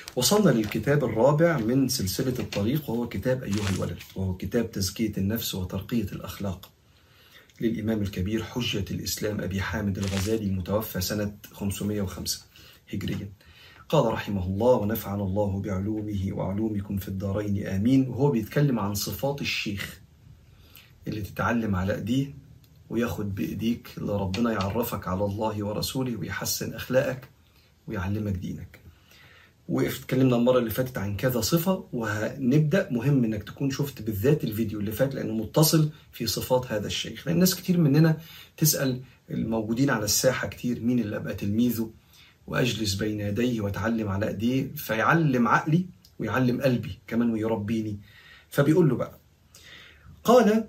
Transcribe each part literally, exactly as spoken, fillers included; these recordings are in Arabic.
وصلنا للكتاب الرابع من سلسلة الطريق، وهو كتاب أيها الولد، وهو كتاب تزكية النفس وترقية الأخلاق للإمام الكبير حجة الإسلام أبي حامد الغزالي المتوفى سنة خمسمائة وخمسة هجريا. قال رحمه الله ونفعنا الله بعلومه وعلومكم في الدارين آمين. وهو بيتكلم عن صفات الشيخ اللي تتعلم على أيديه وياخد بإيديك لربنا يعرفك على الله ورسوله ويحسن أخلاقك ويعلمك دينك. واتكلمنا المرة اللي فاتت عن كذا صفة، وهنبدأ. مهم انك تكون شفت بالذات الفيديو اللي فات لانه متصل في صفات هذا الشيخ، لان ناس كتير مننا تسأل الموجودين على الساحة كتير مين اللي ابقى تلميذه واجلس بين يديه واتعلم على ايديه فيعلم عقلي ويعلم قلبي كمان ويربيني. فبيقول له بقى، قال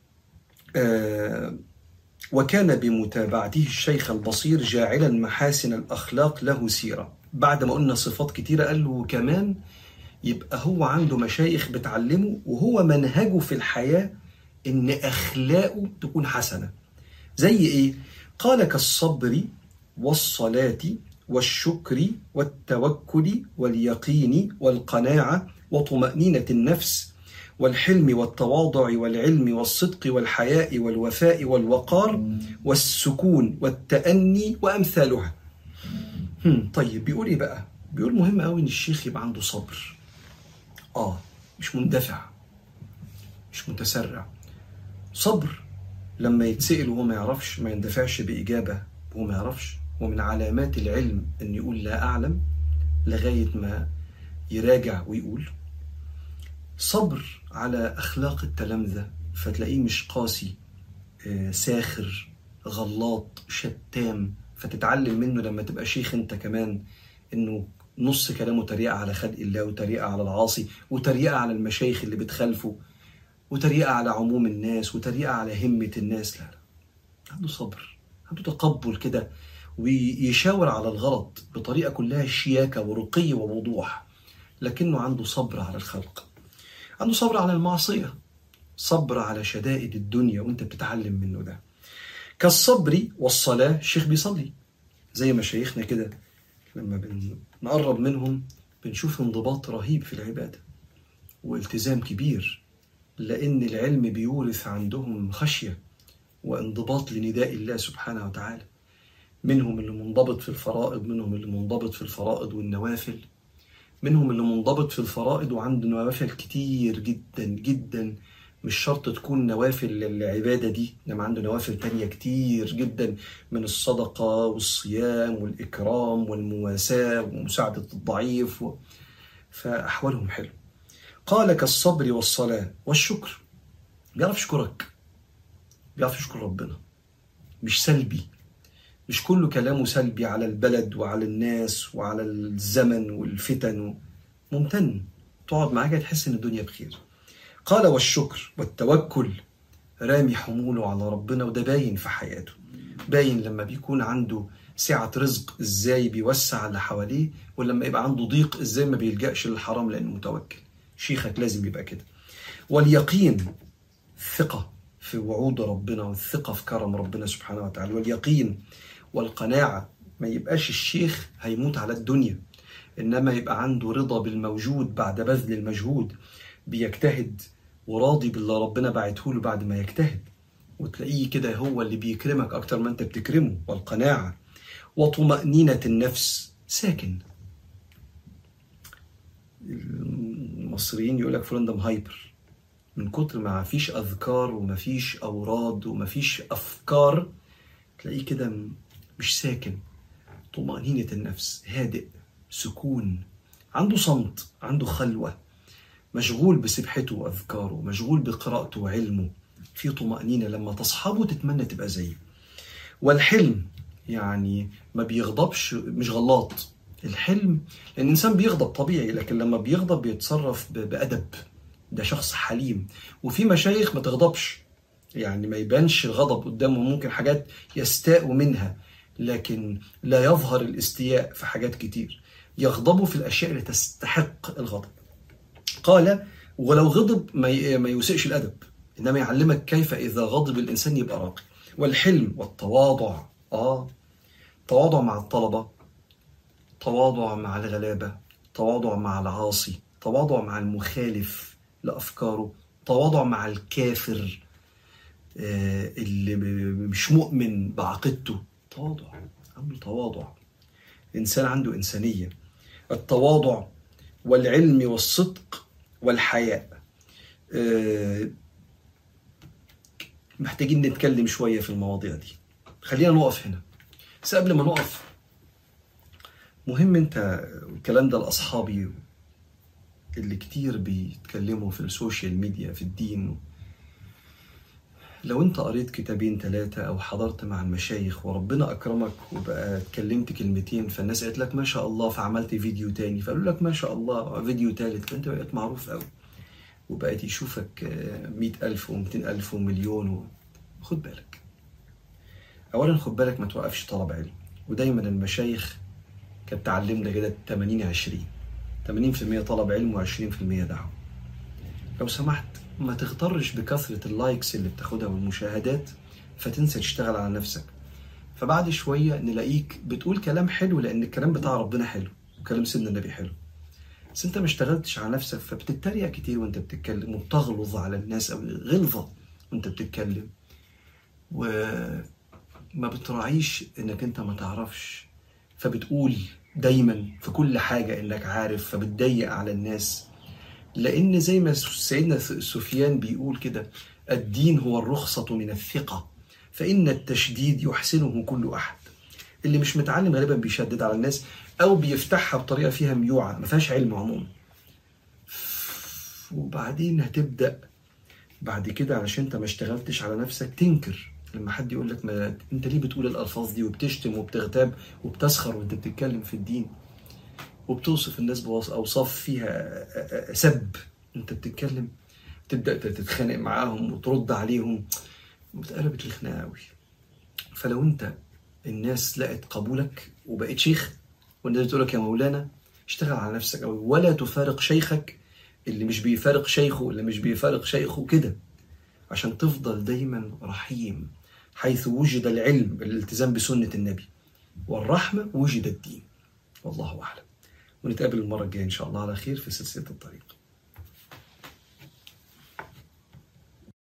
آه وكان بمتابعته الشيخ البصير جاعلا محاسن الأخلاق له سيرة. بعد ما قلنا صفات كتيرة قال له كمان يبقى هو عنده مشايخ بتعلمه وهو منهجه في الحياة إن أخلاقه تكون حسنة. زي إيه؟ قال كالصبر والصلاة والشكر والتوكل واليقين والقناعة وطمأنينة النفس والحلم والتواضع والعلم والصدق والحياء والوفاء والوقار والسكون والتأني وأمثالها. طيب بيقول إيه بقى؟ بيقول مهم قوي إن الشيخ يبقى عنده صبر. آه مش مندفع، مش متسرع. صبر لما يتسأل وهو ما يعرفش ما يندفعش بإجابة وهو ما يعرفش. ومن علامات العلم إن يقول لا أعلم لغاية ما يراجع ويقول. صبر على أخلاق التلامذة، فتلاقيه مش قاسي، آه، ساخر، غلاط، شتام، فتتعلم منه لما تبقى شيخ انت كمان انه نص كلامه تريقة على خلق الله وتريقة على العاصي وتريقة على المشايخ اللي بتخالفه وتريقة على عموم الناس وتريقة على همة الناس. لا لا، عنده صبر، عنده تقبل كده، ويشاور على الغلط بطريقة كلها شياكة ورقي ووضوح، لكنه عنده صبر على الخلق، عنده صبر على المعصية، صبر على شدائد الدنيا وانت بتتعلم منه ده. كالصبر والصلاة. الشيخ بيصلي زي ما شيخنا كده، لما بنقرب منهم بنشوف انضباط رهيب في العبادة والتزام كبير، لأن العلم بيورث عندهم خشية وانضباط لنداء الله سبحانه وتعالى. منهم اللي منضبط في الفرائض، منهم اللي منضبط في الفرائض والنوافل، منهم اللي منضبط في الفرائض وعنده نوافل كتير جدا جدا، مش شرط تكون نوافل العبادة دي، انما عنده نوافل تانية كتير جدا من الصدقة والصيام والإكرام والمواساة ومساعدة الضعيف و... فأحوالهم حلو. قال كالصبر والصلاة والشكر. بيعرف يشكرك، بيعرف يشكر ربنا، مش سلبي، مش كله كلامه سلبي على البلد وعلى الناس وعلى الزمن والفتن. ممتن، تقعد معاك تحس ان الدنيا بخير. قال والشكر والتوكل. رامي حموله على ربنا، وده باين في حياته، باين لما بيكون عنده سعة رزق ازاي بيوسع اللي حواليه، ولما يبقى عنده ضيق ازاي ما بيلجأش للحرام لانه متوكل. شيخك لازم يبقى كده. واليقين، ثقة في وعود ربنا والثقة في كرم ربنا سبحانه وتعالى. واليقين والقناعة، ما يبقاش الشيخ هيموت على الدنيا، إنما يبقى عنده رضا بالموجود بعد بذل المجهود، بيجتهد وراضي بالله ربنا بعته له بعد ما يجتهد، وتلاقيه كده هو اللي بيكرمك أكتر ما أنت بتكرمه. والقناعة وطمأنينة النفس، ساكن. المصريين يقول لك فلان ده مهايبر، من كتر ما فيش أذكار وما فيش أوراد وما فيش أفكار، تلاقيه كده مش ساكن. طمأنينة النفس، هادئ، سكون، عنده صمت، عنده خلوة، مشغول بسبحته وأذكاره، مشغول بقراءته وعلمه، في طمأنينة، لما تصحبه تتمنى تبقى زيه. والحلم، يعني ما بيغضبش، مش غلاط. الحلم، لأن الإنسان بيغضب طبيعي، لكن لما بيغضب بيتصرف بأدب، ده شخص حليم. وفي مشايخ ما تغضبش، يعني ما يبانش الغضب قدامه، ممكن حاجات يستاء منها، لكن لا يظهر الاستياء في حاجات كتير، يغضبوا في الأشياء اللي تستحق الغضب. قال ولو غضب ما يسيئش الأدب، إنما يعلمك كيف إذا غضب الإنسان يبقى راقي. والحلم والتواضع، آه تواضع مع الطلبة، تواضع مع الغلابة، تواضع مع العاصي، تواضع مع المخالف لأفكاره، تواضع مع الكافر اللي مش مؤمن بعقيدته. تواضع، عنده تواضع، إنسان عنده إنسانية. التواضع والعلم والصدق والحياء. محتاجين نتكلم شوية في المواضيع دي. خلينا نقف هنا، بس قبل ما نقف مهم انت، الكلام ده لأصحابي اللي كتير بيتكلموا في السوشيال ميديا في الدين، لو انت قريت كتابين ثلاثة او حضرت مع المشايخ وربنا اكرمك وبقى اتكلمت كلمتين فالناس قالت لك ما شاء الله، فعملت فيديو تاني فقالوا لك ما شاء الله، فيديو تالت، فانت بقيت معروف قوي وبقيت يشوفك مئة ألف ومئتين ألف ومليون و... خد بالك. اولا خد بالك ما توقفش طلب علم، ودايما المشايخ كانت تعلمنا كده ثمانين عشرين، ثمانين بالمئة طلب علم وعشرين بالمئة دعوة. لو سمحت ما تغترش بكثرة اللايكس اللي بتاخدها والمشاهدات فتنسى تشتغل على نفسك، فبعد شوية نلاقيك بتقول كلام حلو لأن الكلام بتاع ربنا حلو وكلام سيدنا النبي حلو، بس انت ما اشتغلتش على نفسك فبتتريق كتير وانت بتتكلم وبتغلظ على الناس او غلظة وانت بتتكلم، وما بتراعيش انك انت ما تعرفش، فبتقول دايما في كل حاجة انك عارف فبتضيق على الناس. لأن زي ما سيدنا سفيان بيقول كده، الدين هو الرخصة من الثقة فإن التشديد يحسنه كل أحد. اللي مش متعلم غالبا بيشدد على الناس أو بيفتحها بطريقة فيها ميوعة ما فيهاش علم عموما، وبعدين هتبدأ بعد كده علشان انت ما اشتغلتش على نفسك تنكر لما حد يقول لك ما انت ليه بتقول الألفاظ دي وبتشتم وبتغتاب وبتسخر وانت بتتكلم في الدين وبتوصف الناس بأوصاف فيها سب، انت بتتكلم تبدأ تتخانق معاهم وترد عليهم وبتقلبت الخناقة قوي. فلو انت الناس لقت قبولك وبقيت شيخ والناس بتقولك يا مولانا، اشتغل على نفسك قوي ولا تفارق شيخك اللي مش بيفارق شيخه اللي مش بيفارق شيخه كده، عشان تفضل دايما رحيم. حيث وجد العلم الالتزام بسنة النبي والرحمة وجد الدين، والله أعلم. ونتقابل المرة الجاية إن شاء الله على خير في سلسلة الطريق.